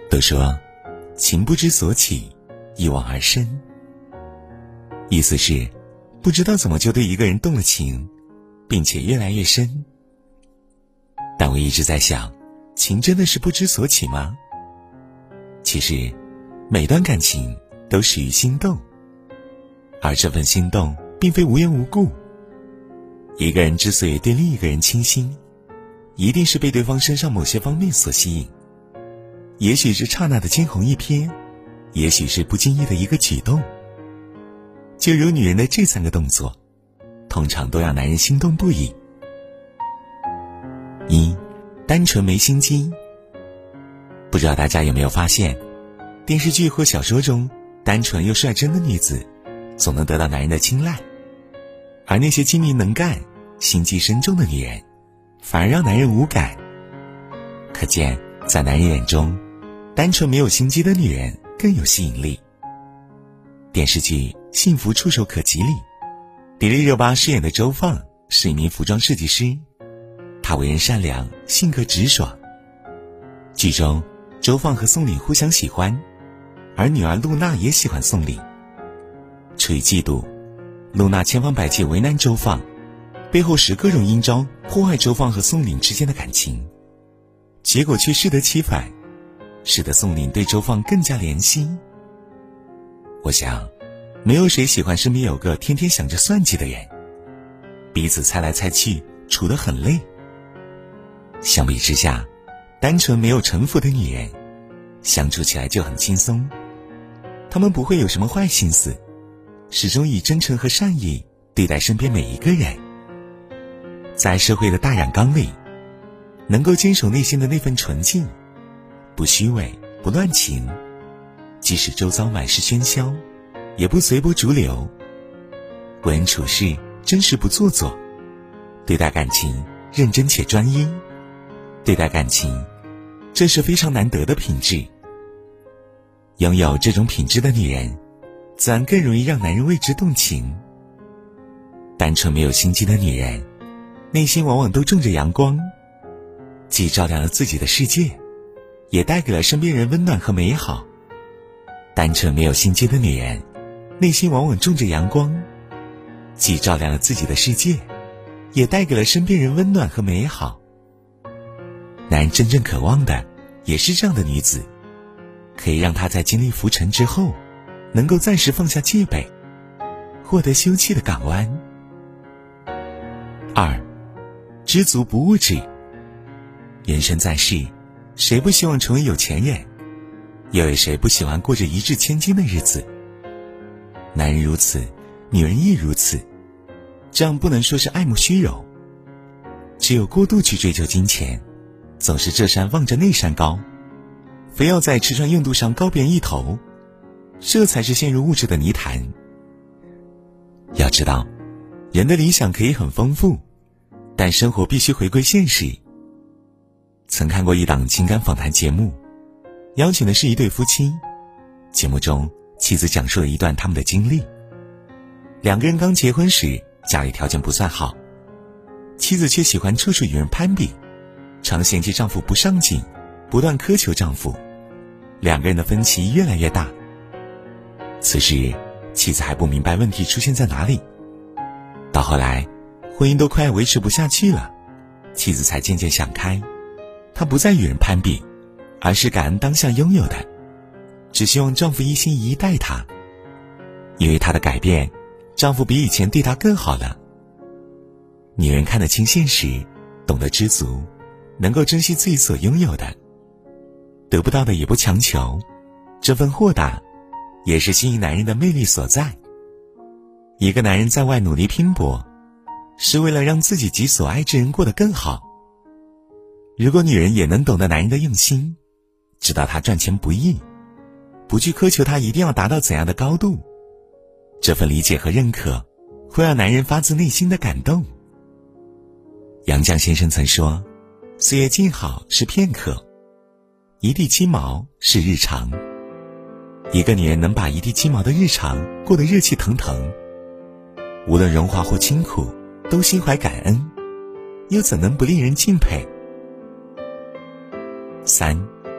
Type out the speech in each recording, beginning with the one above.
都说情不知所起，一往而深，意思是不知道怎么就对一个人动了情，并且越来越深。但我一直在想，情真的是不知所起吗？其实每段感情都始于心动，而这份心动并非无缘无故。一个人之所以对另一个人倾心，一定是被对方身上某些方面所吸引，也许是刹那的惊鸿一瞥，也许是不经意的一个举动。就如女人的这3个动作，通常都让男人心动不已。1. 单纯没心机。不知道大家有没有发现，电视剧或小说中单纯又率真的女子总能得到男人的青睐，而那些精明能干、心机深重的女人反而让男人无感。可见在男人眼中，单纯没有心机的女人更有吸引力。电视剧《幸福触手可及》里，迪丽热巴饰演的周放是一名服装设计师，她为人善良，性格直爽。剧中周放和宋凛互相喜欢，而女儿露娜也喜欢宋凛。出于嫉妒，露娜千方百计为难周放，背后使各种阴招破坏周放和宋凛之间的感情，结果却适得其反，使得宋凛对周放更加怜惜。我想没有谁喜欢身边有个天天想着算计的人，彼此猜来猜去，处得很累。相比之下，单纯没有城府的女人相处起来就很轻松，她们不会有什么坏心思，始终以真诚和善意对待身边每一个人。在社会的大染缸里，能够坚守内心的那份纯净，不虚伪，不乱情，即使周遭满是喧嚣，也不随波逐流，为人处事真实不做作，对待感情认真且专一。对待感情，这是非常难得的品质。拥有这种品质的女人，自然更容易让男人为之动情。单纯没有心机的女人，内心往往都种着阳光，既照亮了自己的世界，也带给了身边人温暖和美好。单纯没有心机的女人，内心往往种着阳光，既照亮了自己的世界，也带给了身边人温暖和美好。男人真正渴望的也是这样的女子，可以让他在经历浮沉之后，能够暂时放下戒备，获得休憩的港湾。2. 知足不物质。人生在世，谁不希望成为有钱人？又有谁不喜欢过着一掷千金的日子？男人如此，女人亦如此，这样不能说是爱慕虚荣。只有过度去追求金钱，总是这山望着那山高，非要在吃穿用度上高别人一头，这才是陷入物质的泥潭。要知道，人的理想可以很丰富，但生活必须回归现实。曾看过一档情感访谈节目，邀请的是一对夫妻。节目中，妻子讲述了一段他们的经历。两个人刚结婚时，家里条件不算好，妻子却喜欢处处与人攀比，常嫌弃丈夫不上进，不断苛求丈夫，两个人的分歧越来越大。此时，妻子还不明白问题出现在哪里。到后来，婚姻都快维持不下去了，妻子才渐渐想开，她不再与人攀比，而是感恩当下拥有的，只希望丈夫一心一意待她。因为她的改变，丈夫比以前对她更好了。女人看得清现实，懂得知足，能够珍惜自己所拥有的，得不到的也不强求，这份豁达也是吸引男人的魅力所在。一个男人在外努力拼搏，是为了让自己及所爱之人过得更好。如果女人也能懂得男人的用心，知道他赚钱不易，不去苛求他一定要达到怎样的高度，这份理解和认可会让男人发自内心的感动。杨绛先生曾说，岁月静好是片刻，一地鸡毛是日常。一个女人能把一地鸡毛的日常过得热气腾腾，无论荣华或清苦，都心怀感恩，又怎能不令人敬佩？3.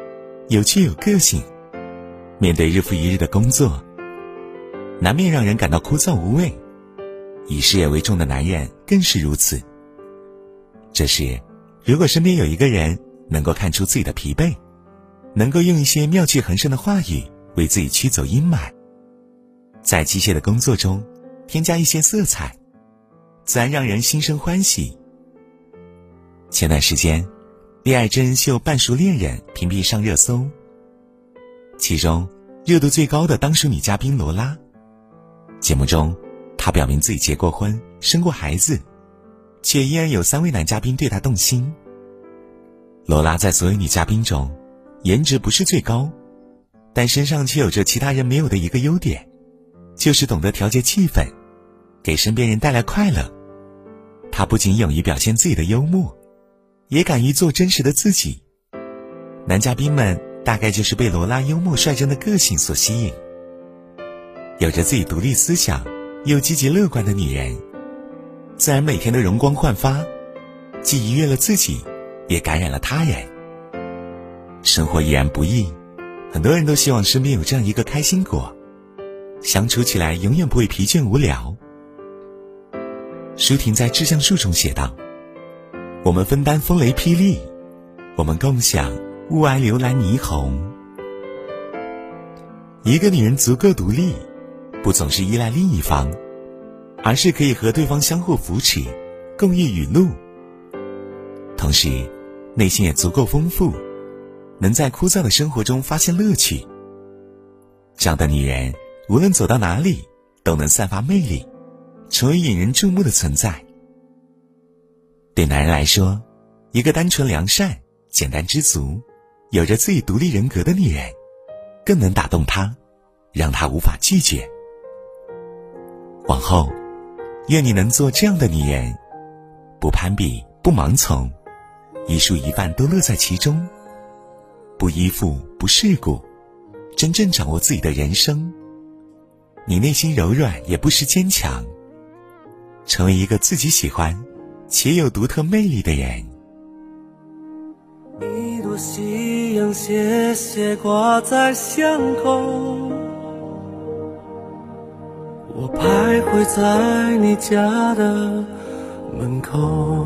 有趣有个性，面对日复一日的工作，难免让人感到枯燥无味，以事业为重的男人更是如此。这时，如果身边有一个人能够看出自己的疲惫，能够用一些妙趣横生的话语为自己驱走阴霾，在机械的工作中添加一些色彩，自然让人心生欢喜。前段时间，恋爱真人秀《半熟恋人》频频上热搜，其中热度最高的当属女嘉宾罗拉。节目中，她表明自己结过婚，生过孩子，却依然有3位男嘉宾对她动心。罗拉在所有女嘉宾中，颜值不是最高，但身上却有着其他人没有的一个优点，就是懂得调节气氛，给身边人带来快乐。她不仅勇于表现自己的幽默，也敢于做真实的自己。男嘉宾们大概就是被罗拉幽默率真的个性所吸引。有着自己独立思想又积极乐观的女人，自然每天都容光焕发，既愉悦了自己，也感染了他人。生活已然不易，很多人都希望身边有这样一个开心果，相处起来永远不会疲倦无聊。舒婷在《致橡树》中写道，我们分担风雷霹雳，我们共享雾霭流岚霓虹。一个女人足够独立，不总是依赖另一方，而是可以和对方相互扶持，共御雨露。同时，内心也足够丰富，能在枯燥的生活中发现乐趣。这样的女人，无论走到哪里，都能散发魅力，成为引人注目的存在。对男人来说，一个单纯良善、简单知足、有着自己独立人格的女人，更能打动他，让他无法拒绝。往后，愿你能做这样的女人，不攀比，不盲从，一蔬一饭都乐在其中，不依附，不世故，真正掌握自己的人生。你内心柔软，也不失坚强，成为一个自己喜欢且有独特魅力的人。 一朵夕阳斜斜挂在巷口，我徘徊在你家的门口，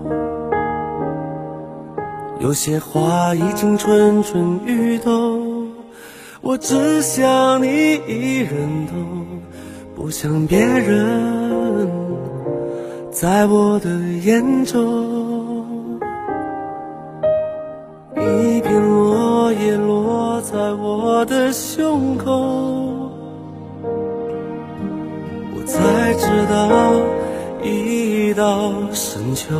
有些话已经蠢蠢欲动，我只想你一人懂，不想别人在我的眼中。一片落叶落在我的胸口，我才知道已到深秋。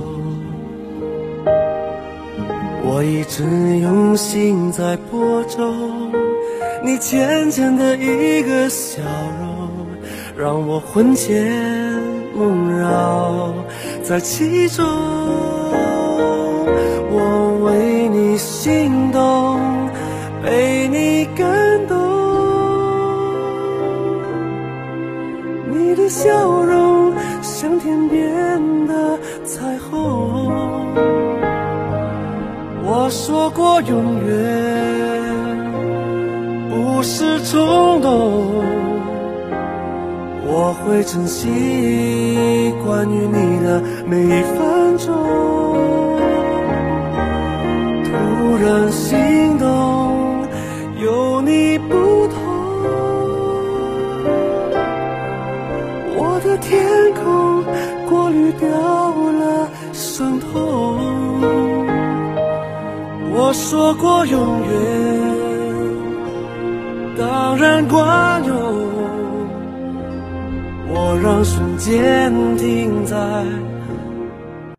我一直用心在播种，你浅浅的一个笑容，让我魂牵梦绕在其中。我为你心动，被你感动，你的笑容像天边的彩虹。我说过永远不是冲动，我会珍惜关于你的每一分钟。突然心动，有你不同，我的天空过滤掉了伤痛。我说过永远，当然管用。我让瞬间停在